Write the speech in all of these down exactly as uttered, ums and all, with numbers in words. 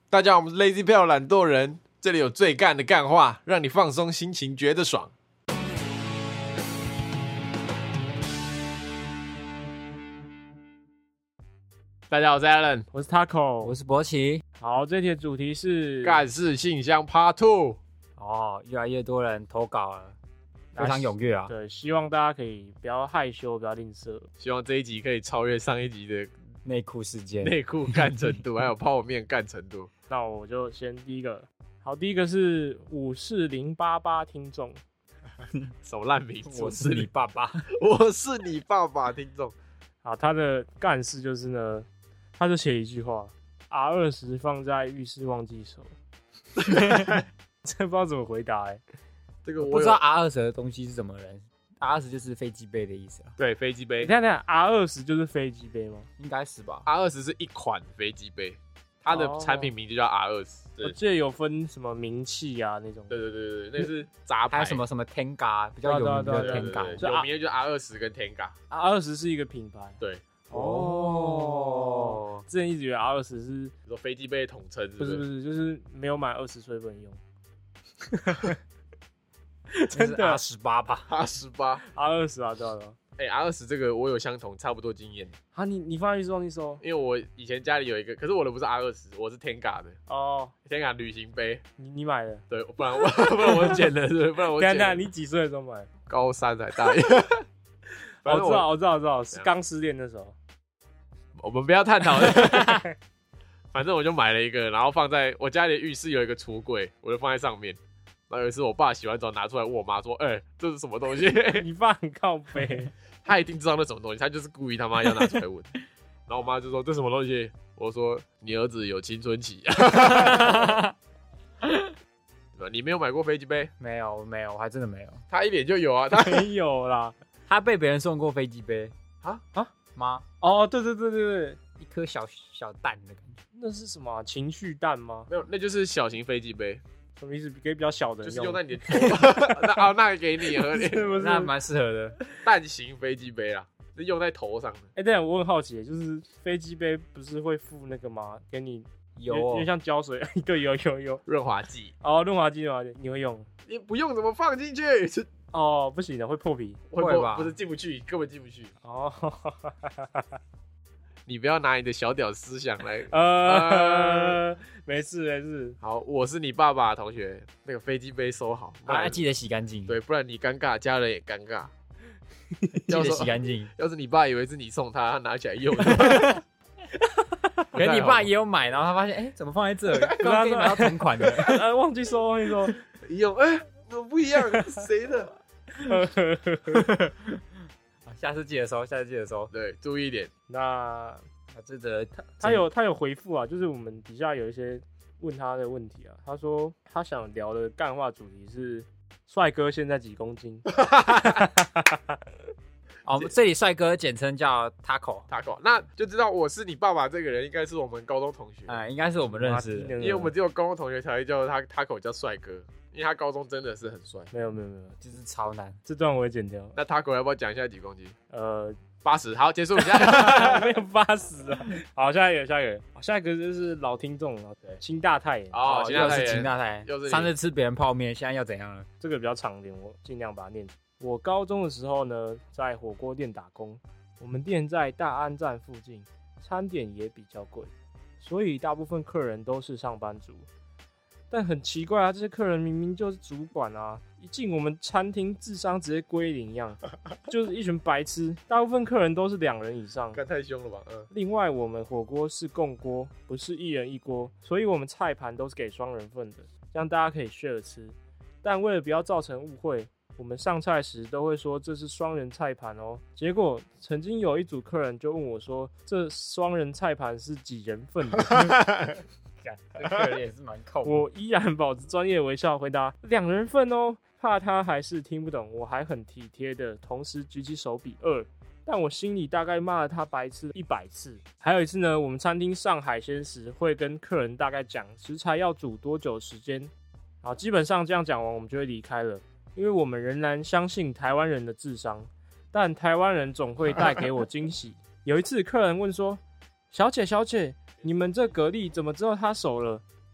大家好，我们是 Lazy Pal 懒惰人，这里有最干的干话，让你放松心情，觉得爽。大家好，我是 Alan， 我是 Taco， 我是博奇。 好，这题的主题是干事信箱 Part Two。 哦，越来越多人投稿了，非常踊跃啊！ 对，希望大家可以不要害羞，不要吝啬。 希望这一集可以超越上一集的内裤事件、 内裤干程度，还有泡面干程度。 那我就先第一个，好，第一个是五四零八八听众， 什么烂名字？ 我是你爸爸， 我是你爸爸听众。 好，他的干事就是呢，他就写一句话 ：R 二十放在浴室忘记收。这不知道怎么回答哎、欸， 这个我不知道 R 二十的东西是什么人 ，R 二十就是飞机杯的意思啊。 对，飞机杯。 你看看 R 二十就是飞机杯吗？ 应该是吧。 R 二十是一款飞机杯，它的产品名就叫 R 二十。 我记得有分什么名气啊那种。 对对对对，那是杂牌。 还有什么什么 Tenga 比较有名的 Tenga， 有名的就是 R 二十跟 Tenga。R 二十是一个品牌。 对。 哦。之前一直以为 R 二十是说飞机杯的统称， 不是不是，就是没有满二十岁不能用。真的 R 十八吧 ？R 十八 ，R 二十啊，对啊对啊。 哎、欸、，R 二十这个我有相同差不多经验。 啊，你你放在浴室忘记收？ 因为我以前家里有一个，可是我的不是 R 二十，我是 Tenga 的。哦 ，Tenga 旅行杯。 你你买的？对， 不然我不然我捡的，是不然我捡的。 等下，你几岁的时候买？ 高三才大一。 我知道，我知道，我知道，是刚失恋的时候。 我们不要探讨了。反正我就买了一个，然后放在我家里的浴室有一个橱柜，我就放在上面。然后有一次我爸洗完澡拿出来问我妈说：“哎、欸，这是什么东西？” 你爸很靠北， 他一定知道那什么东西，他就是故意他妈要拿出来问。然后我妈就说：“这什么东西？”我说：“你儿子有青春期。”你没有买过飞机杯？ 没有，没有，我还真的没有。 他一脸就有啊，他没有啦。 他被别人送过飞机杯啊啊妈！ 哦，对对对对对， 一颗小小蛋的感觉。 那是什么、啊、情绪蛋吗？ 没有，那就是小型飞机杯。 什么意思？给比较小的人就是用在你的头。那哦，那个给你合理， 是不是？ 那蛮适合的。 蛋型飞机杯啦，是用在头上的。 哎、欸，对，我很好奇，就是飞机杯不是会附那个吗？给你油、 哦，因为像胶水，对，有有有润滑剂。 哦，润滑剂，润滑剂，你会用？ 你不用怎么放进去？ 哦，不行的，会破皮， 会会吧？ 不是进不去，根本进不去。 哦。 你不要拿你的小屌思想来， 呃，呃没事没事。 好，我是你爸爸同学，那个飞机杯收好， 啊，记得洗干净。 对，不然你尴尬，家人也尴尬。 记得洗干净。 要是你爸以为是你送他，他拿起来用。 可能你爸也有买，然后他发现，哎、欸，怎么放在这里？刚刚给你买到同款的， 呃，忘记收，忘记收。 一用，哎、欸，怎么不一样？谁的？ 下次记得收，下次记得收。 对，注意一点。 那这个他他有他有回复啊，就是我们底下有一些问他的问题啊。他说他想聊的干话主题是帅哥现在几公斤？ 哦，这里帅哥简称叫 Taco Taco， 那就知道我是你爸爸这个人应该是我们高中同学。 哎、嗯，应该是我们认识的， 因为我们只有高中同学才会叫他 Taco 叫帅哥。因为他高中真的是很帅， 没有没有没有， 就是超难。 这段我会剪掉。 那 Taco 要不要讲一下几公斤？ 呃， 八十。好，结束一下。 没有八十啊。好，下一个，下一个，下一个就是老听众了，对，清大太爷。 哦， 又是清大太爷。 上次吃别人泡面，现在要怎样了？ 这个比较长一点，我尽量把它念出。我高中的时候呢，在火锅店打工，我们店在大安站附近，餐点也比较贵，所以大部分客人都是上班族。但很奇怪啊，这些客人明明就是主管啊，一进我们餐厅智商直接归零一样，就是一群白痴。大部分客人都是两人以上， 干太凶了吧？嗯。 另外，我们火锅是共锅，不是一人一锅，所以我们菜盘都是给双人份的，这样大家可以 share 吃。但为了不要造成误会，我们上菜时都会说这是双人菜盘哦。结果曾经有一组客人就问我说，这双人菜盘是几人份的？ 这客人也是蛮靠谱。 我依然保持专业微笑回答两人份哦，怕他还是听不懂，我还很体贴的同时举起手比二，但我心里大概骂了他白痴一百次。还有一次呢，我们餐厅上海鲜时会跟客人大概讲食材要煮多久时间，好，基本上这样讲完我们就会离开了，因为我们仍然相信台湾人的智商，但台湾人总会带给我惊喜。有一次客人问说，小姐小姐，你们这蛤蜊怎么知道它熟了？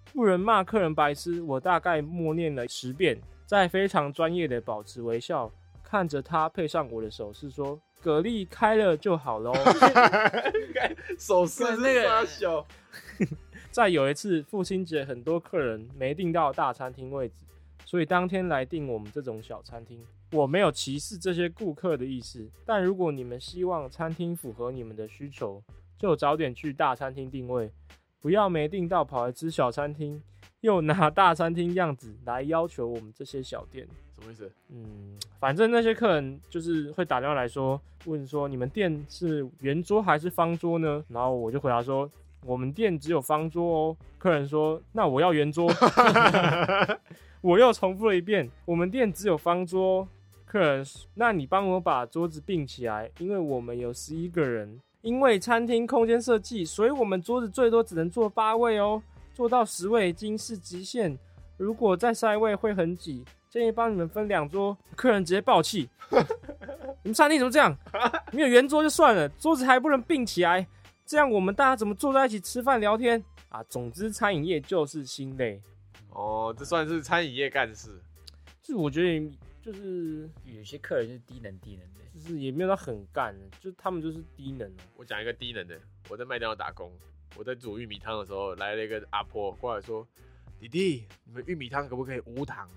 路人骂客人白痴，我大概默念了十遍，再非常专业的保持微笑，看着他配上我的手势说：“蛤蜊开了就好喽。” 手势是那个傻小。 再有一次父亲节，很多客人没订到大餐厅位置，所以当天来订我们这种小餐厅。我没有歧视这些顾客的意思，但如果你们希望餐厅符合你们的需求，就早点去大餐厅定位，不要没订到跑来吃小餐厅，又拿大餐厅样子来要求我们这些小店。 什么意思？ 嗯，反正那些客人就是会打电话来说，问说你们店是圆桌还是方桌呢？然后我就回答说，我们店只有方桌哦。客人说，那我要圆桌。我又重复了一遍，我们店只有方桌哦。客人，那你帮我把桌子并起来，因为我们有十一个人。因为餐厅空间设计，所以我们桌子最多只能坐八位哦，坐到十位已经是极限。如果再塞位会很挤，建议帮你们分两桌。客人直接爆气，你们餐厅怎么这样？没有圆桌就算了，桌子还不能并起来，这样我们大家怎么坐在一起吃饭聊天啊？总之，餐饮业就是心累。 哦，这算是餐饮业干事。 就是我觉得就是有些客人就是低能低能的， 就是也没有到很干，就他们就是低能啊。 我讲一个低能的，我在麦当劳打工，我在煮玉米汤的时候，来了一个阿婆过来说：“弟弟，你们玉米汤可不可以无糖？”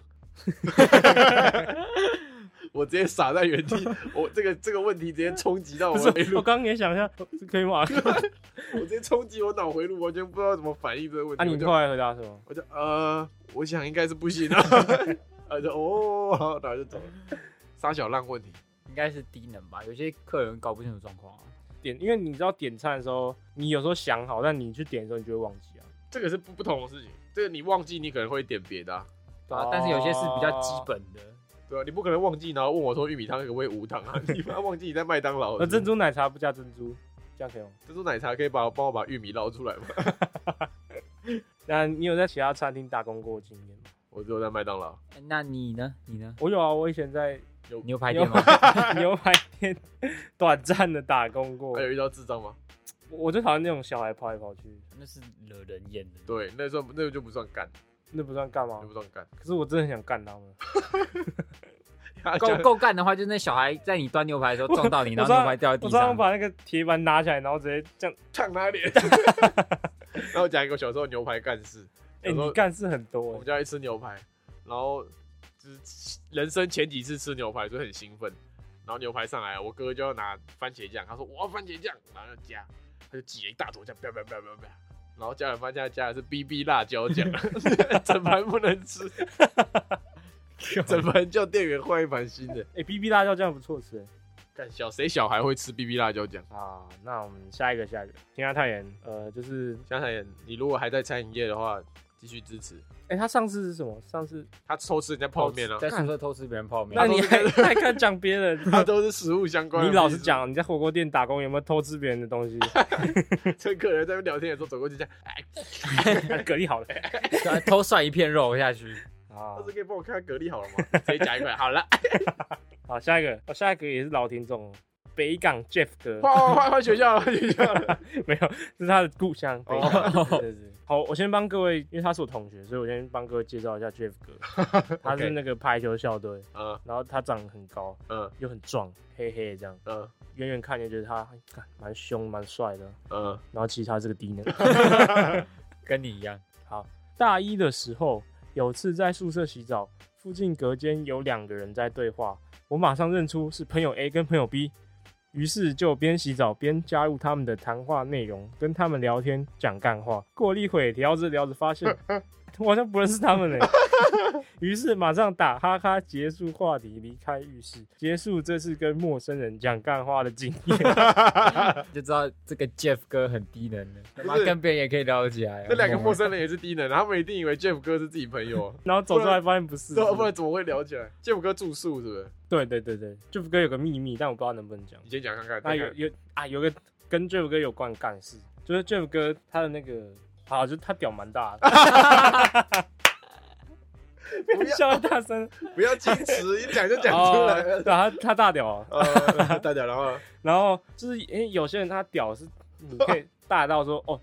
我直接傻在原地，我这个这个问题直接冲击到我不是， 回路。 我刚刚也想一下，是可以吗？ 我直接冲击我脑回路，完全不知道怎么反应这个问题。 啊，你后来回答什么？ 我就呃，我想应该是不行啊。啊就哦，然后然后就走了。撒小浪问题， 应该是低能吧？有些客人搞不清楚状况啊。 点，因为你知道点餐的时候，你有时候想好，但你去点的时候，你就会忘记啊。 这个是不不同的事情。这个你忘记，你可能会点别的、啊， 对啊，但是有些是比较基本的。 对啊，你不可能忘记，然后问我说玉米汤可不可以无糖啊？你不要忘记你在麦当劳。 那珍珠奶茶不加珍珠，这样可以吗？ 珍珠奶茶可以把我帮我把玉米捞出来吗？ 那你有在其他餐厅打工过经验吗？ 我只有在麦当劳。 欸那你呢？你呢？ 我有啊，我以前在牛排店吗？ 牛排店短暂的打工过。 还有遇到智障吗？ 我就讨厌那种小孩跑来跑去， 那是惹人厌的。 对，那算那个就不算干， 那不算干嘛那？不算干。 可是我真的很想干他们。 够够干的话，就是那小孩在你端牛排的时候撞到你，然后牛排掉在地我常常上。 把那个铁板拿起来，然后直接这样呛他脸。然后讲一个小时候牛排干事。 哎、欸，你干事很多、欸。 我们家去吃牛排，然后就是人生前几次吃牛排，所以很兴奋。然后牛排上来，我哥就要拿番茄酱，他说我要番茄酱，然后就加，他就挤了一大坨酱，啪啪啪啪啪，然后加完番茄加的是 B B 辣椒酱，整盘不能吃，整盘叫店员换一盘新的。 哎、欸、，B B 辣椒酱不错吃。 干小谁小孩会吃 B B 辣椒酱啊？那我们下一个下一个，天下太炎，呃，就是天下太炎，你如果还在餐饮业的话，继续支持。 哎、欸，他上次是什么？上次他偷吃人家泡面啊， 在宿舍偷吃别人泡面。 那你还还敢讲别人？ 他都是食物相关的。 你老实讲，你在火锅店打工有没有偷吃别人的东西？ 趁客人在那边聊天的时候走过去这样， 哎，蛤蜊好了， 偷涮一片肉下去。 啊， 这是可以帮我看看蛤蜊好了吗？直接夹一块，好了。 好，下一个，哦，下一个也是老听众，北港 Jeff 哥。 换换换学校了，换学校了。 没有，这是他的故乡。北港，对对对。好，我先帮各位，因为他是我同学，所以我先帮各位介绍一下 Jeff 哥。他是那个排球校队，嗯，然后他长得很高，嗯，又很壮，黑黑的这样，嗯，远远看就觉得他蛮凶、蛮帅的，嗯，然后其实他是个低能， 跟你一样。 好，大一的时候有次在宿舍洗澡，附近隔间有两个人在对话，我马上认出是朋友 A 跟朋友 B。于是就边洗澡边加入他们的谈话内容，跟他们聊天讲干话。过了一会，聊着聊着发现我好像不认识他们嘞，于是马上打哈哈结束话题，离开浴室，结束这次跟陌生人讲干话的经验。 就知道这个 Jeff 哥很低能的，他妈跟别人也可以聊得起来、啊。 那两个陌生人也是低能，他们一定以为 Jeff 哥是自己朋友， 然后走出来发现不是， 对，不然怎么会聊起来 ？Jeff 哥住宿是不是？ 对对对对 ，Jeff 哥有个秘密，但我不知道能不能讲。 你先讲看看。 他有有啊，有个跟 Jeff 哥有关的干事，就是 Jeff 哥他的那个，好，就是他屌蛮大的。不要笑大声， 不要矜持，一讲就讲出来了。 哦、对，他他大屌啊， 呃、大屌，然后然后就是因为有些人他屌是你可以大到说哦，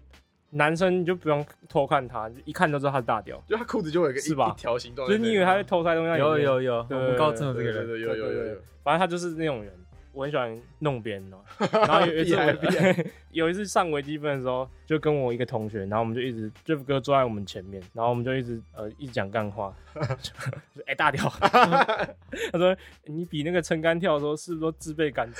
男生你就不用偷看他，一看就知道他是大屌， 就他裤子就有一个是吧一条形状， 就是你以为他会偷塞东西在里面？ 有有有， 对我们高中有这对个人， 对对有有有有， 反正他就是那种人，我很喜欢弄别人哦。然后有一次我有一次上微积分的时候，就跟我一个同学，然后我们就一直 Jeff 哥坐在我们前面，然后我们就一直呃一直讲干话，就哎、欸、大屌，他说你比那个撑杆跳的时候是不是都自备杆子？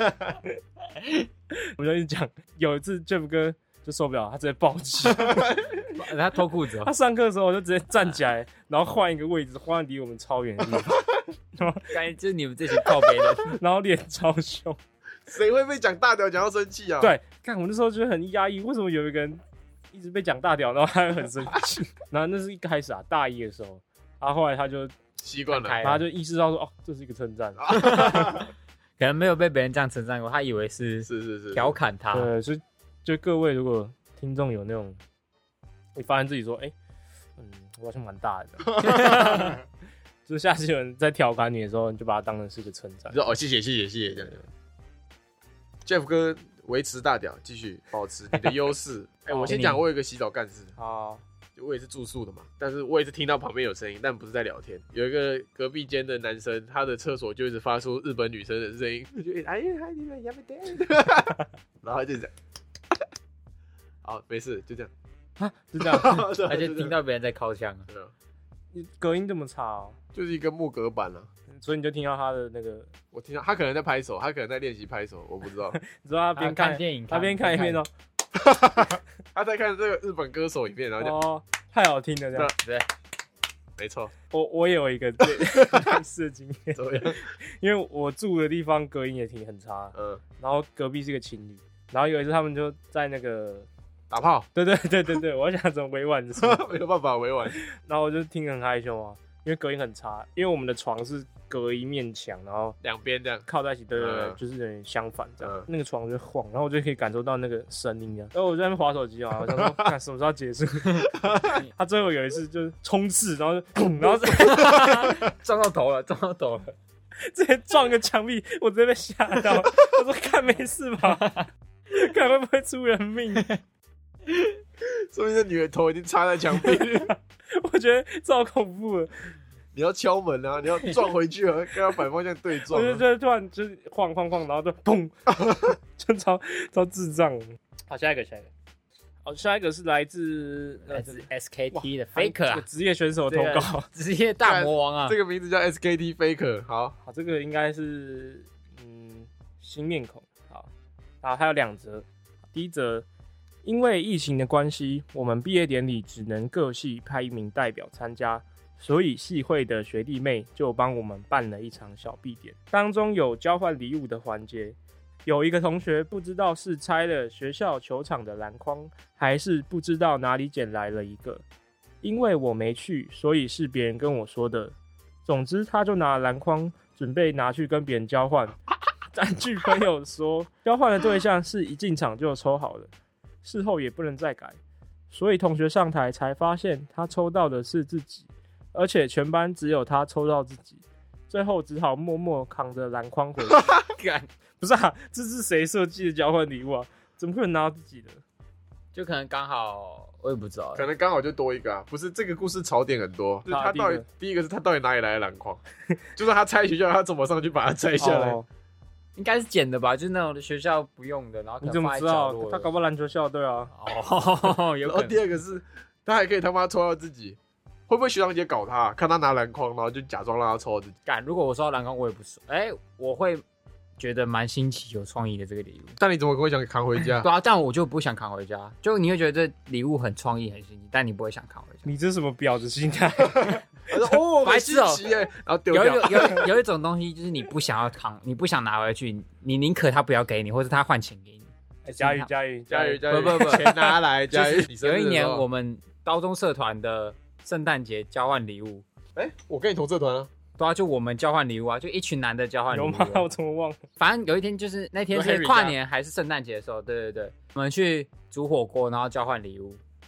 我们就一直讲，有一次 Jeff 哥就受不了，他直接暴击， 他脱裤子、哦， 他上课的时候就直接站起来，然后换一个位置，换离我们超远的地方，然后感觉就是你们这群靠北人， 然后脸超凶。 谁会被讲大屌讲到生气啊？ 对，看我那时候觉得很压抑，为什么有一个人一直被讲大屌，然后他会很生气？然后那是一开始啊，大一的时候，然后后来他就习惯了， 然后他就意识到说，哦，这是一个称赞， 可能没有被别人这样称赞过，他以为是是是是调侃他。 对，所以就各位如果听众有那种，你发现自己说，哎、欸，嗯，我好像蛮大的，就是下次有人在调侃你的时候，你就把它当成是一个称赞。 你说哦，谢谢谢谢谢谢这样。Jeff 哥维持大屌，继续保持你的优势。哎、欸，我先讲，我有一个洗澡干事啊， 我也是住宿的嘛，但是我也是听到旁边有声音，但不是在聊天。有一个隔壁间的男生，他的厕所就一直发出日本女生的声音，我就哎呀哎你们やめて，然后他就这样，好没事，就这样， 啊，就这样， 他就听到别人在靠枪， 对啊， 你隔音这么差哦， 就是一个木隔板啊。 所以你就听到他的那个， 我听到他可能在拍手，他可能在练习拍手，我不知道。 你知道他边看, 看电影， 他边看一边哦， 他在看这个日本歌手影片，然后就哦，太好听了这样。 对， 没错。 我我也有一个类似的经验， 怎么样？ 因为我住的地方隔音也挺很差， 嗯， 然后隔壁是个情侣，然后有一次他们就在那个打炮， 对对对对对，我想怎么委婉的说， 没有办法委婉。 然后我就听得很害羞啊，因为隔音很差，因为我们的床是隔一面墙，然后两边这样靠在一起，对对对， 嗯就是有点相反这样， 嗯那个床就晃，然后我就可以感受到那个声音这样。然后我在那边滑手机啊，我想说看什么时候结束。他最后有一次就是冲刺，然后就砰，然后撞到头了，撞到头了， 直接撞个墙壁，我直接被吓到。我说看没事吧，看会不会出人命。 说明这女的头已经插在墙壁里。 我觉得超恐怖的， 你要敲门啊，你要撞回去啊，跟他反方向对撞、啊。 我就觉得突然就是晃晃晃，然后就砰，就超超智障。好，下一个，下一个。好，下一个是来自来自 S K T 的 Faker 啊， 职业选手投稿， 职业大魔王啊， 这个名字叫 S K T Faker。好， 好，这个应该是嗯新面孔。好，好，还有两则。第一则，因为疫情的关系，我们毕业典礼只能各系派一名代表参加，所以系会的学弟妹就帮我们办了一场小毕典，当中有交换礼物的环节。有一个同学不知道是拆了学校球场的篮筐，还是不知道哪里捡来了一个，因为我没去，所以是别人跟我说的。总之，他就拿篮筐准备拿去跟别人交换。但据朋友说，交换的对象是一进场就抽好了，事后也不能再改，所以同学上台才发现他抽到的是自己，而且全班只有他抽到自己，最后只好默默扛着篮筐回去。不是啊，这是谁设计的交换礼物啊？怎么可能拿到自己的？ 就可能刚好，我也不知道， 可能刚好就多一个啊。不是这个故事槽点很多，就是他到底第一个是他到底哪里来的篮筐？就是他拆学校，他怎么上去把它拆下来？ 哦应该是捡的吧，就是那种学校不用的，然后可你怎能放在么知道？ 角落的他搞不好篮球校队啊。 哦，有然后可能。 第二个是，他还可以他妈抽到自己，会不会学长姐搞他、啊？看他拿篮筐，然后就假装让他抽到自己。 干，如果我收到篮筐，我也不收。哎、欸，我会觉得蛮新奇、有创意的这个礼物。 但你怎么会想扛回家？ 对啊，但我就不想扛回家。就你会觉得这礼物很创意、很新奇，但你不会想扛回家。 你这是什么婊子心态？ 他说：“哦， 白痴哦、 欸，然后丢掉。有掉。 有有有一种东西，就是你不想要扛，你不想拿回去，你宁可他不要给你，或者他换钱给你。 欸、佳宇，佳宇， 佳宇，佳宇， 不不不， 钱拿来，佳宇。 有一年我们高中社团的圣诞节交换礼物， 哎、欸，我跟你同社团啊。 对啊，就我们交换礼物啊，就一群男的交换礼物、啊。 有吗？我怎么忘了？ 反正有一天就是那天是跨年还是圣诞节的时候，对对对，我们去煮火锅，然后交换礼物。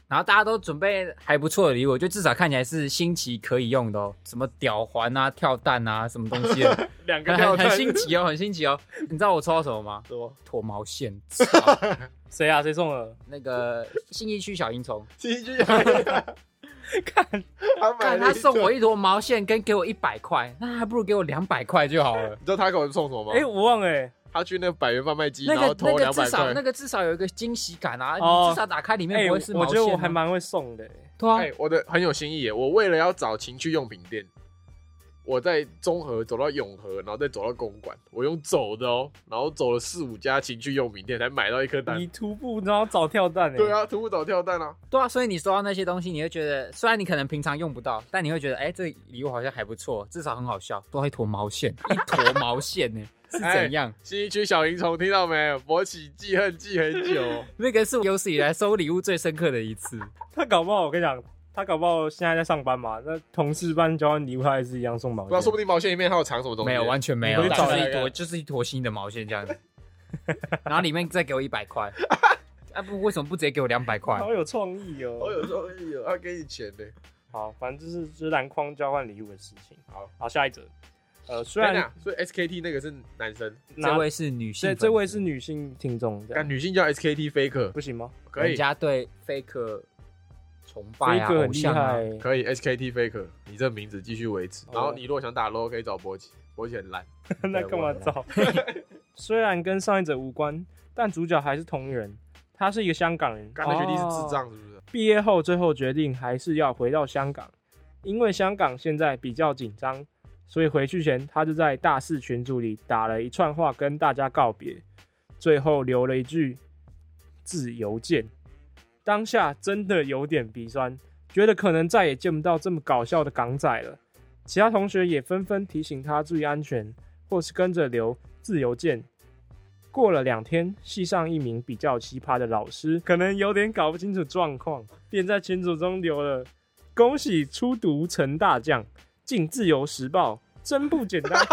然后大家都准备还不错的礼物，就至少看起来是新奇可以用的哦，什么吊环啊、跳蛋啊，什么东西的， 两个跳蛋很很新奇哦，很新奇哦。你知道我抽到什么吗？ 什么？ 脱毛线。 谁啊？谁送的？ 那个信义区小萤虫， 新一句看，他买看他送我一坨毛线，跟给我一百块，那还不如给我两百块就好了。 你知道他给我送什么吗？ 哎、欸，我忘了、欸。 他去那个百元贩卖机， 那个然后投两百块。 那个至少有一个惊喜感啊！ 哦、 你至少打开里面不会是毛线、啊欸。我觉得我还蛮会送的、欸。 对啊， 哎、欸，我的很有新意耶！我为了要找情趣用品店，我在中和走到永和，然后再走到公馆，我用走的哦，然后走了四五家情趣用品店才买到一颗蛋。 你徒步然后找跳蛋、欸？ 对啊，徒步找跳蛋啊。 对啊，所以你收到那些东西，你会觉得虽然你可能平常用不到，但你会觉得，哎、欸，这礼物好像还不错，至少很好笑，多一坨毛线，一坨毛线呢、欸。是怎样？ 新一区小萤虫听到没？勃起记恨记很久， 那个是有史以来收礼物最深刻的一次。 他搞不好，我跟你讲，他搞不好现在在上班嘛，那同事班交换礼物，他还是一样送毛线。 不知道，说不定毛线里面还有藏什么东西。 没有，完全没有， 你就是一坨，就是一坨新的毛线这样子。然后里面再给我一百块，啊不，为什么不直接给我两百块？ 好有创意哦， 好有创意哦，他给你钱呢。 好，反正就是就是篮筐交换礼物的事情。 好， 好，下一则。呃，虽然所以 S K T 那个是男生， 这位是女性， 这这位是女性听众， 但女性叫 S K T Faker 不行吗？ 可以， 人家对 Faker 崇拜啊，偶像啊， 可以 S K T Faker， 你这名字继续维持。然后你如果想打 L O 可以找博奇，博奇很烂， 那干嘛找？虽然跟上一则无关，但主角还是同一人，他是一个香港人。 刚才学弟是智障是不是？ 毕业后最后决定还是要回到香港，因为香港现在比较紧张。所以回去前，他就在大四群组里打了一串话跟大家告别，最后留了一句“自由见”。当下真的有点鼻酸，觉得可能再也见不到这么搞笑的港仔了。其他同学也纷纷提醒他注意安全，或是跟着留“自由见”。过了两天，系上一名比较奇葩的老师，可能有点搞不清楚状况，便在群组中留了“恭喜初读成大将”。进自由时报真不简单，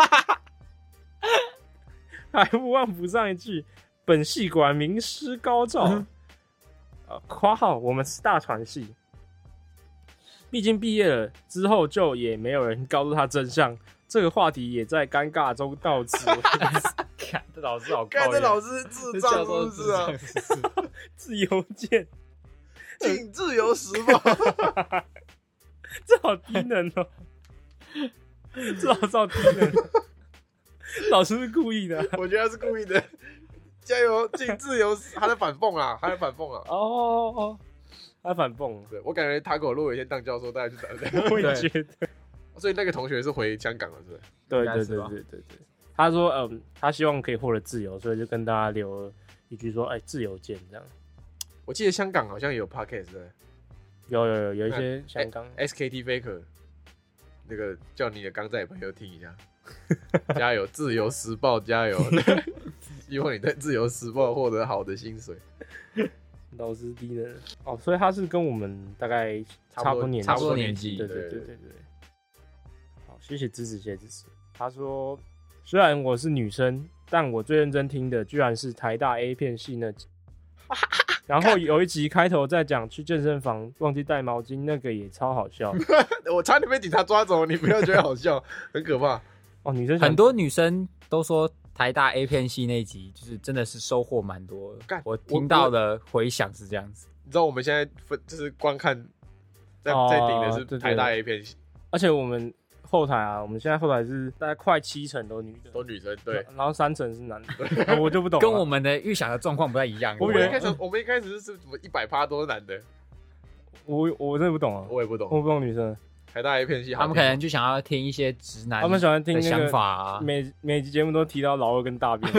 还不忘补上一句：本系果然名师高照。呃，括号我们是大传系，毕竟毕业了之后就也没有人告诉他真相，这个话题也在尴尬中到此为止。 看这老师好， 看这老师智障是不是啊？ 自由见， 进自由时报， 这好低能哦。这老师好低能，老师是故意的、啊， 我觉得他是故意的。加油，进自由，他在反讽啊，他在反讽啊。 哦哦哦，他反讽。 对，我感觉他给我如果有一天当教授，大家去找他。 我也觉得。 所以那个同学是回香港了，是不是？ 对对对对对对。他说，嗯，他希望可以获得自由，所以就跟大家留了一句说，哎、欸，自由见这样。 我记得香港好像也有 podcast 对。 有有有有一些香港 S K T Faker。那个叫你的港仔朋友听一下，加油！自由时报加油！希望你在自由时报获得好的薪水。 老师低的哦，所以他是跟我们大概差不多年纪， 差不多年纪。 对对对对对。好，谢谢支持，谢谢支持。他说，虽然我是女生，但我最认真听的居然是台大 A 片系那集。然后有一集开头在讲去健身房忘记带毛巾，那个也超好笑。 我差点被警察抓走，你不要觉得好笑，很可怕。 哦，女生很多女生都说台大 A 片系那集就是真的是收获蛮多的。我听到的回响是这样子。 你知道我们现在分就是观看在、哦、在顶的是台大 A 片系， 而且我们后台啊，我们现在后台是大概快七成都女的， 都女生对， 然后三成是男的，我就不懂了， 跟我们的预想的状况不太一样。 我们一开始我们一开始是什么一百趴都是男的， 我我真的不懂啊， 我也不懂， 我不懂女生。 台大 A 片系， 他们可能就想要听一些直男， 他们喜欢听那个想法啊， 每每集节目都提到老二跟大便。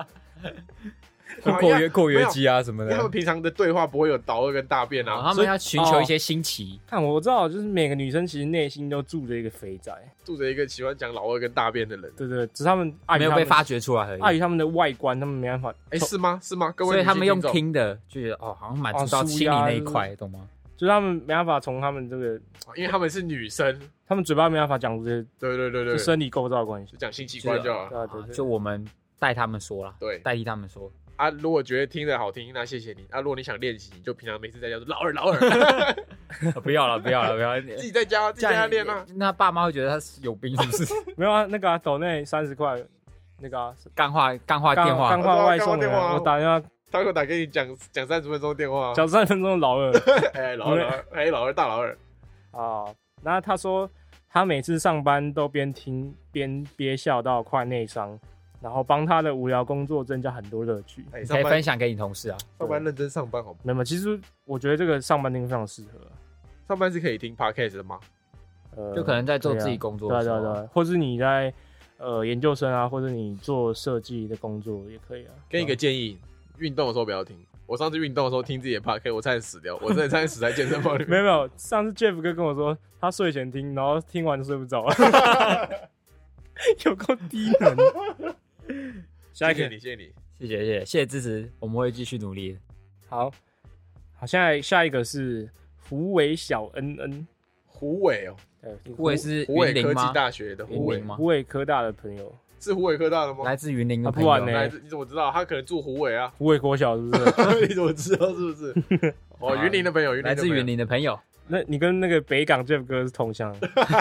括约括约肌啊什么的， 他们平常的对话不会有老二跟大便啊， 哦、他们要寻求一些新奇。 哦、看我知道，就是每个女生其实内心都住着一个肥仔， 住着一个喜欢讲老二跟大便的人。 对对，只是他们碍于没有被发掘出来而已， 碍于他们的外观，他们没办法。 哎、欸，是吗？是吗？各位， 所以他们用听的，就觉得哦，好像满足到心里那一块、哦，懂吗？ 就是他们没办法从他们这个， 因为他们是女生， 他们嘴巴没办法讲出这些， 对对对对， 生理构造的关系， 就讲性器官就好。 对对对， 就我们代他们说啦， 对， 代替他们说。 啊，如果觉得听着好听，那谢谢你。啊，如果你想练习，你就平常每次在家说老二老二， 不要了不要了不要， 自己在家自己在家练啊。 那爸妈会觉得他有病是不是？ 没有啊，那个啊，抖内三十块，那个啊， 干话干话电话， 干话外送的， 干话电话我打电话， 他会打给你讲讲三十分钟电话， 讲三分钟的老二， 哎老二老二，哎老二大老二啊。那他说他每次上班都边听边憋笑到快内伤。然后帮他的无聊工作增加很多乐趣， 哎， 可以分享给你同事啊。 上班认真上班好吗？ 没有，其实我觉得这个上班听非常适合。 上班是可以听 podcast 的吗？ 呃， 就可能在做自己工作的时候， 对对对，或是你在呃研究生啊，或者你做设计的工作也可以啊。 给你一个建议，运动的时候不要听。我上次运动的时候听自己的 podcast， 我差点死掉，我真的差点死在健身房里面。 没有没有，上次 Jeff 哥跟我说，他睡前听，然后听完就睡不着了，有够低能。下一个， 谢谢你，谢谢你， 谢谢谢谢谢谢支持，我们会继续努力的。 好，好，现在下一个是胡伟小恩恩， 胡伟哦， 对， 胡伟是胡伟云林吗？ 科技大学的胡伟云林吗？ 胡伟科大的朋友， 是胡伟科大的吗？ 来自云林的啊朋友， 不然呢来自你怎么知道？他可能住胡伟啊？ 胡伟国小是不是？ 你怎么知道？是不是？哦，云林的朋友，云林的朋友来自云林的朋友， 那你跟那个北港 Jeff 哥是同乡。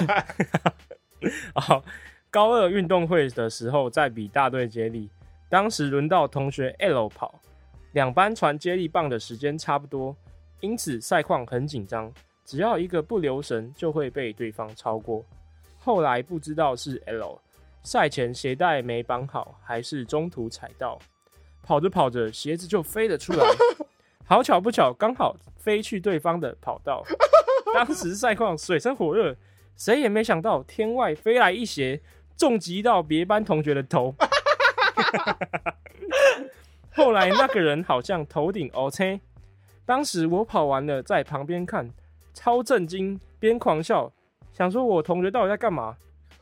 哦，高二运动会的时候在比大队接力，当时轮到同学 L 跑，两班传接力棒的时间差不多，因此赛况很紧张，只要一个不留神就会被对方超过。后来不知道是 L 赛前鞋带没绑好，还是中途踩到，跑着跑着鞋子就飞了出来。好巧不巧，刚好飞去对方的跑道。当时赛况水深火热，谁也没想到天外飞来一鞋，重击到别班同学的头。后来那个人好像头顶 OK， 当时我跑完了，在旁边看，超震惊，边狂笑，想说我同学到底在干嘛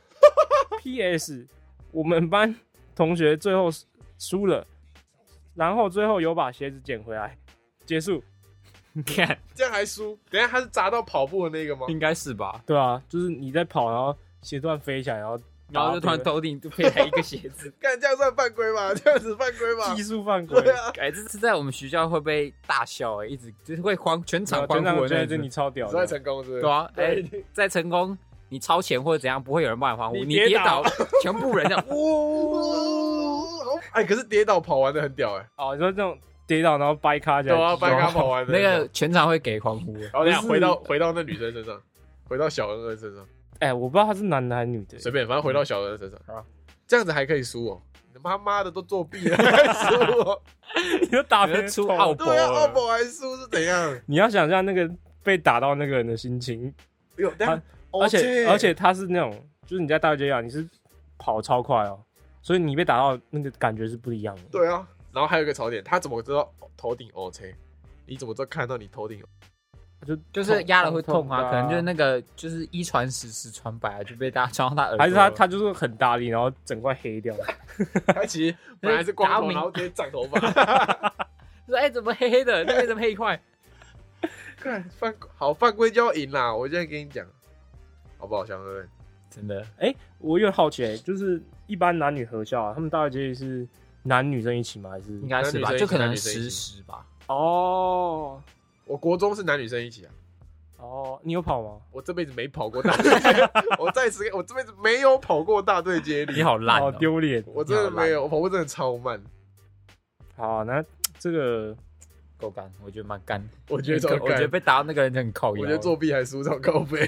？P S 我们班同学最后输了，然后最后有把鞋子捡回来。结束。 看这样还输？等一下他是砸到跑步的那个吗？ 应该是吧？ 对啊，就是你在跑，然后鞋突然飞起来，然后然后就突然头顶就飞来一个鞋子， 看这样算犯规吗？这样子犯规吗？ 技术犯规。 对啊， 哎，这是在我们学校会被大笑哎，一直就是会欢全场欢全场呼的那种， 觉得你超屌的， 你在成功是不是？ 对啊，哎对， 在成功你超前或者怎样，不会有人帮你欢呼， 你你跌倒跌倒，全部人这样， 哦，好哎，可是跌倒跑完的很屌哎， 哦，你说这种跌倒然后掰咖起来， 对啊，掰咖跑完的那个全场会给欢呼的。 然后等一下不是回到回到那女生身上，回到小恩恩身上， 哎、我不知道他是男的还是女的， 随便，反正回到小恩恩身上好， 这样子还可以输哦。你妈妈的都作弊了，还输哦。 你就打别人头出奥博对啊， 了奥博还输是怎样？ 你要想象那个被打到那个人的心情， 有，等一下而且、 哦而且他是那种，就是你在大街上你是跑超快哦，所以你被打到那个感觉是不一样的。 对啊，然后还有一个槽点，他怎么知道头顶 O C？你怎么知道看到你头顶？ 就就是压了会痛啊， 的可能就是那个就是一传十，十传百啊，就被大家传到他耳朵。 还是他他就是很大力，然后整块黑掉。 他其实本来是光头， 打明然后直接长头发。 说哎、怎么黑黑的？那边怎么黑一块？ 看犯好犯规就要赢啦！我现在跟你讲，好不好，小恩？ 真的， 哎、我有点好奇、就是一般男女合校啊，他们大概接力是男女生一起吗？还是应该是吧？ 男女生一起就可能男女生一起十十吧。 哦我国中是男女生一起啊， 哦，你有跑吗？ 我这辈子没跑过大队接力，我再次，我这辈子没有跑过大队接力， 你好烂、 好哦， 丢脸。 我真的没有，我跑步真的超慢， 好，那这个够干，我觉得蛮干。 我觉得超我觉得干， 被打到那个人就很靠腰。 我觉得作弊还输超高飞。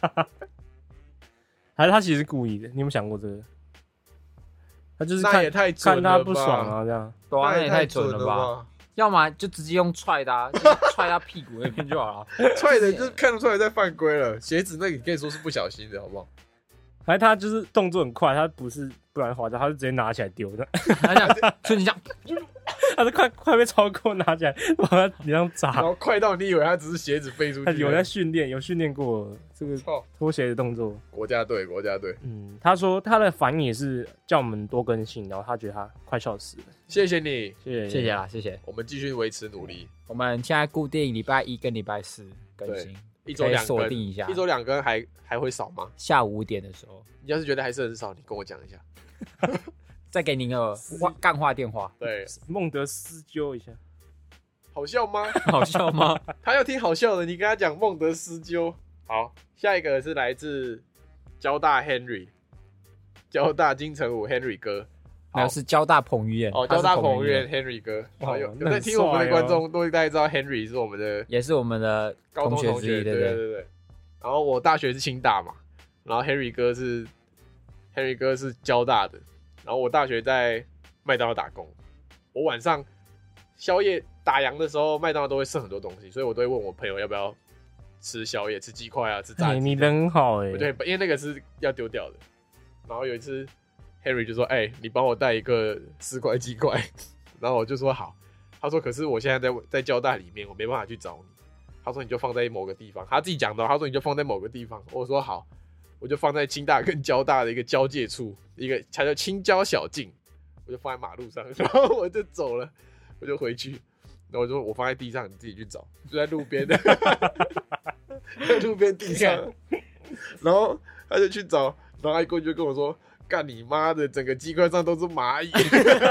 还是他其实是故意的？你有没有想过这个？他就是那看也太准看了吧他不爽啊，这样。 对啊，那也也太准了吧？ 吧？ 要么就直接用踹的、啊，就踹他屁股那边就好了。 踹的就是看得出来在犯规了，鞋子那个你可以说是不小心的，好不好？ 还是他就是动作很快，他不是不然滑掉，他是直接拿起来丢的。 他这样，所以你这样， 他是快快被超过拿起来往他脸上然砸。 后快到你以为他只是鞋子飞出去， 他有在训练，有训练过这个操拖鞋的动作。 国家队，国家队， 嗯，他说他的反应也是叫我们多更新，然后他觉得他快笑死了。 谢谢你， 谢谢谢谢。啦，谢谢。 我们继续维持努力， 我们现在固定礼拜一跟礼拜四更新， 一周两可以锁更， 定一下一周两更还还会少吗？ 下午五点的时候。 你要是觉得还是很少，你跟我讲一下。 再给您个干话电话， 对， 孟德斯鸠一下， 好笑吗？ 好笑吗？ 他要听好笑的，你跟他讲孟德斯鸠。好，下一个是来自交大 Henry， 交大金城武 Henry 哥。 没有，是交大彭于晏。 哦，交大彭于晏 Henry 哥。 哦有有在听我们的观众都大概知道 Henry 是我们的， 也是我们的高中同学，对对对对。然后我大学是清大嘛，然后 Henry 哥是 Henry 哥是交大的，然后我大学在麦当劳打工，我晚上宵夜打烊的时候，麦当劳都会剩很多东西，所以我都会问我朋友要不要吃宵夜，吃鸡块啊，吃炸鸡。 你人很好哎、欸， 对，因为那个是要丢掉的。然后有一次 Henry 就说：“哎、欸，你帮我带一个四块鸡块。”然后我就说好。他说：“可是我现在在在交大里面，我没办法去找你。”他说：“你就放在某个地方。”他自己讲的，他说：“你就放在某个地方。”我说：“好。”我就放在清大跟交大的一个交界处，一个它叫青交小径，我就放在马路上，然后我就走了，我就回去。然后我说：“我放在地上，你自己去找。”就在路边的，在路边地上。然后他就去找，然后他过去就跟我说：“干你妈的，整个鸡块上都是蚂蚁。”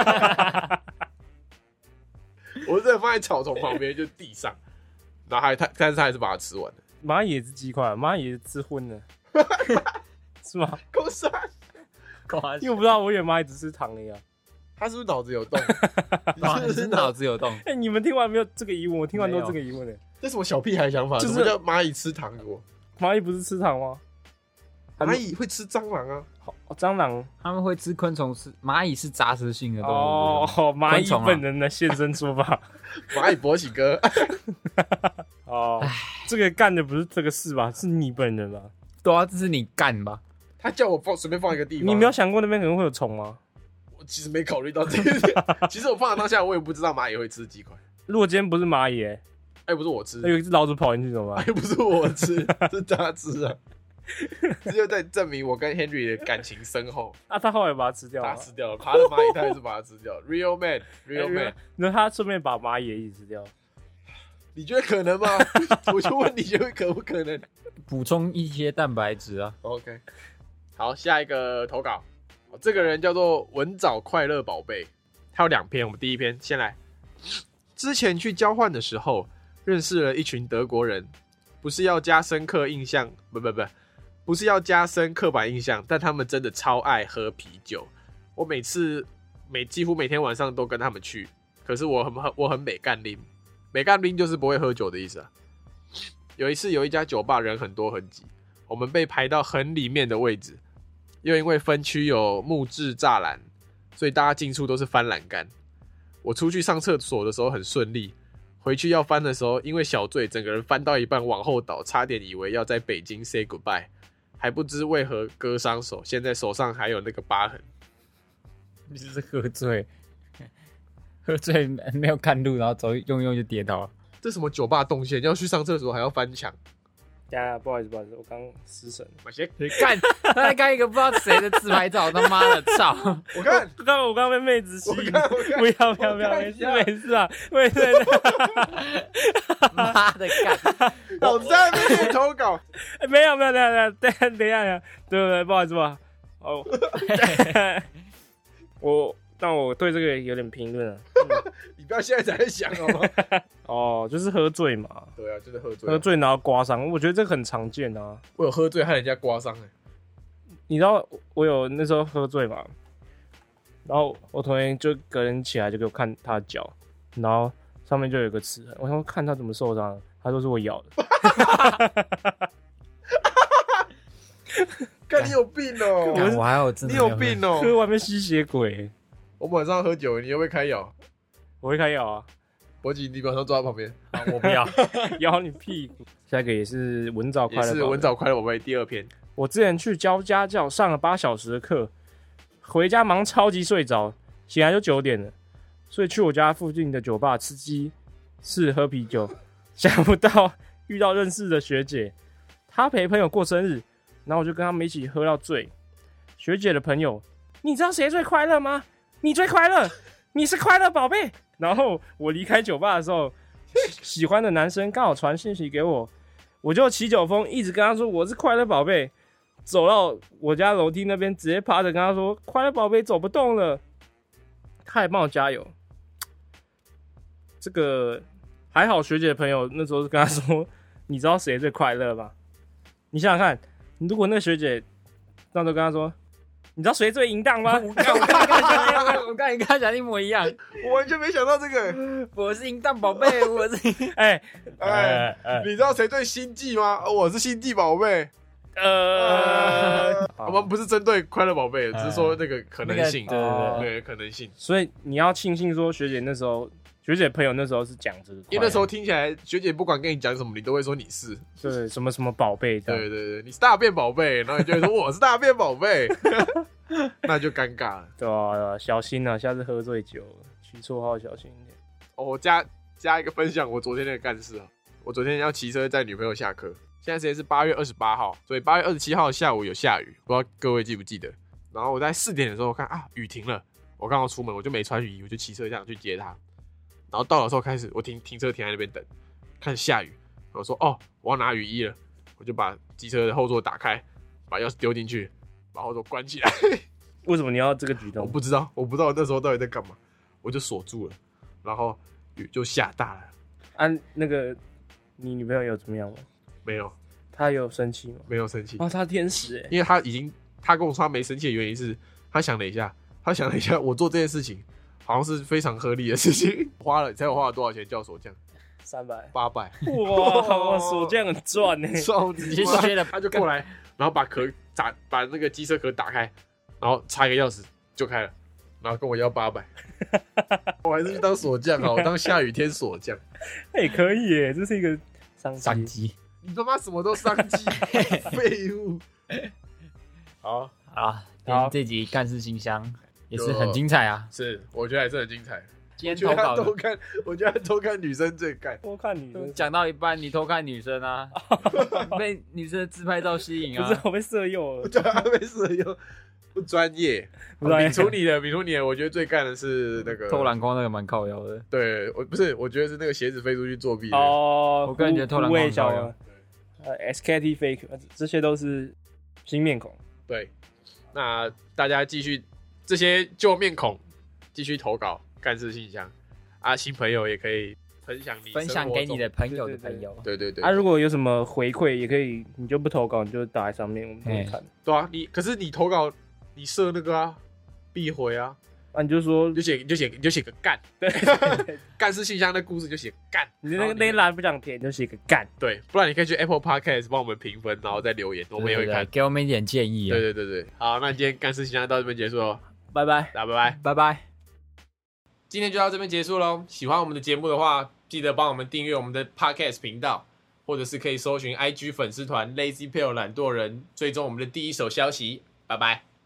我真的放在草丛旁边，就地上，然后还他，但是他还是把它吃完了。 蚂蚁也是鸡块，蚂蚁也是吃荤的，是吗？ 够酸， 因为我不知道，我以为蚂蚁只吃糖的呀。 他是不是脑子有洞？ 你是脑子有洞？ 哎、欸，你们听完没有这个疑问？我听完都这个疑问的。 这是什么小屁孩想法？就是什么叫蚂蚁吃糖果？ 蚂蚁不是吃糖吗？ 蚂蚁会吃蟑螂啊！ 哦，蟑螂他们会吃昆虫，吃蚂蚁是杂食性的动物。 哦，蚂蚁本人的现身说法。 蚂蚁勃起哥。 哦，这个干的不是这个事吧？是你本人吧？ 对啊，这是你干吧？ 他叫我放随便放一个地方。 你没有想过那边可能会有虫吗？ 我其实没考虑到这个。其实我放在当下，我也不知道蚂蚁会吃鸡块。 如果今天不是蚂蚁、欸，哎、 欸，不是我吃， 有一只老鼠跑进去怎么办？ 哎、欸，不是我吃，是他吃啊。这就在证明我跟 Henry 的感情深厚。 啊，他后来把它吃掉了， 他吃掉了，爬的蚂蚁他还是把它吃掉了。Real man，Real man。 那他顺便把蚂蚁也一起吃掉， 你觉得可能吗？我就问你觉得可不可能？ 补充一些蛋白质啊。 OK， 好，下一个投稿，这个人叫做文藻快乐宝贝，他有两篇，我们第一篇先来。之前去交换的时候，认识了一群德国人，不是要加深刻印象，不不不。不是要加深刻板印象，但他们真的超爱喝啤酒。我每次每几乎每天晚上都跟他们去，可是我很我很美干拎，美干拎就是不会喝酒的意思啊。有一次有一家酒吧人很多很挤，我们被排到很里面的位置，又因为分区有木质栅栏，所以大家进出都是翻栏杆。我出去上厕所的时候很顺利，回去要翻的时候，因为小醉，整个人翻到一半往后倒，差点以为要在北京 say goodbye。还不知为何割伤手，现在手上还有那个疤痕。 你是喝醉，喝醉没有看路，然后走用用就跌倒了。 这什么酒吧动线？要去上厕所还要翻墙？ 呀，不好意思，不好意思，我刚失神。 马先， 你干，他在看一个不知道谁的自拍照，他妈的操！ 我看， 我刚我刚被妹子吸引，不要不要不要，没事没事啊，没事。 妈的干！ 我在那边投稿， 欸、没有没有，等一下等一下等一下，对对对，不好意思吧。哦，我但我对这个有点评论啊。 嗯、你不要现在才想好吗？ 哦，就是喝醉嘛。 对啊，就是喝醉、啊。 喝醉然后刮伤，我觉得这个很常见啊。 我有喝醉害人家刮伤哎。 你知道我有那时候喝醉嘛？然后我同学就隔天起来就给我看他的脚，然后上面就有个刺痕。我想看他怎么受伤的，他说是我咬的。 看你有病哦、 喔！我还有真的你有病哦、喔！ 喝外面吸血鬼。 我晚上喝酒，你会不会开咬？ 我会开咬啊！ 博吉，你马上坐在旁边、 啊。我不要，咬你屁股。下一个也是文藻快乐， 也是文藻快乐宝贝第二篇。 我之前去教家教，上了八小时的课，回家忙超级睡着，醒来就九点了，所以去我家附近的酒吧吃鸡翅喝啤酒。想不到遇到认识的学姐，她陪朋友过生日，然后我就跟他们一起喝到醉。学姐的朋友，你知道谁最快乐吗？你最快乐，你是快乐宝贝。然后我离开酒吧的时候，喜欢的男生刚好传信息给我，我就起酒疯，一直跟他说我是快乐宝贝。走到我家楼梯那边，直接趴着跟他说：“快乐宝贝走不动了， 他还帮我加油。这个还好，学姐的朋友那时候跟他说：“你知道谁最快乐吗？”你想想看，如果那个学姐那时候跟他说：“你知道谁最淫荡吗？” 我刚我刚跟他讲，我刚跟他讲一模一样。 我完全没想到这个。 我是淫荡宝贝，我是哎哎，你知道谁最心悸吗？我是心悸宝贝。 呃， 我们不是针对快乐宝贝，只是说那个可能性， 那个对对可能性。 所以你要庆幸说学姐那时候，学姐朋友那时候是讲这个， 因为那时候听起来学姐不管跟你讲什么，你都会说你是， 对什么什么宝贝这样， 对对对，你是大便宝贝，然后你就会说我是大便宝贝，那就尴尬了。 对啊，对啊，小心啊，下次喝醉酒取绰号小心一点。 哦，我加加一个分享，我昨天那个干事啊，我昨天要骑车载女朋友下课。现在时间是八月二十八号，所以八月二十七号下午有下雨，不知道各位记不记得。然后我在四点的时候看啊，雨停了，我刚好出门，我就没穿雨衣，我就骑车这样去接她。然后到的时候开始，我停停车停在那边等，开始下雨。我说哦，我要拿雨衣了，我就把机车的后座打开，把钥匙丢进去，把后座关起来。 为什么你要这个举动？ 我不知道，我不知道我那时候到底在干嘛，我就锁住了，然后雨就下大了。 啊，那个你女朋友有怎么样吗？ 没有， 她有生气吗？ 没有生气。 哦，她天使哎， 因为他已经，他跟我说他没生气的原因是，他想了一下，他想了一下，我做这件事情好像是非常合理的事情，花了，猜我花了多少钱叫锁匠？ 三百， 八百。 哇，锁匠很赚呢， 超直接削了， 他就过来，然后把壳打，把那个机车壳打开，然后插一个钥匙就开了，然后跟我要八百。我还是去当锁匠好，我当下雨天锁匠。 哎，可以耶，这是一个商机。 商机。 你他妈什么都商机，废物。好啊，今好天这集干事信箱也是很精彩啊。 是，我觉得还是很精彩。 今天我觉得他投稿的偷看，我觉得他偷看女生最干。 多看女生， 讲到一半，你偷看女生啊，被女生的自拍照吸引啊。 不是我被色诱了， 对啊，没事又不专业。 不专业泯除你的，泯除你的，我觉得最干的是那个偷篮筐那个蛮靠腰的。 对，我不是，我觉得是那个鞋子飞出去作弊的。 哦， 我个人觉得偷懒护卫狂高小呃 S K T fake 这些都是新面孔。 对，那大家继续这些旧面孔继续投稿干事信箱啊，新朋友也可以分享你分享给你的朋友的朋友。 对对对啊，如果有什么回馈，也可以，你就不投稿，你就打在上面，我们可以看。 对啊，你可是你投稿你设那个啊必回啊， 啊，你就说你就写你就写你就写个干， 对， 干事信箱的故事就写干， 你那个然后那一栏不想填，就写个干。 对，不然你可以去 Apple Podcast 帮我们评分，然后再留言，我们也会看对对对。给我们一点建议啊。 对对对对，好，那今天干事信箱到这边结束喽， 拜拜。 大家拜拜。 拜拜。 今天就到这边结束喽。喜欢我们的节目的话，记得帮我们订阅我们的 Podcast 频道，或者是可以搜寻 I G 粉丝团 Lazy Pill 懒惰人，追踪我们的第一手消息。拜拜。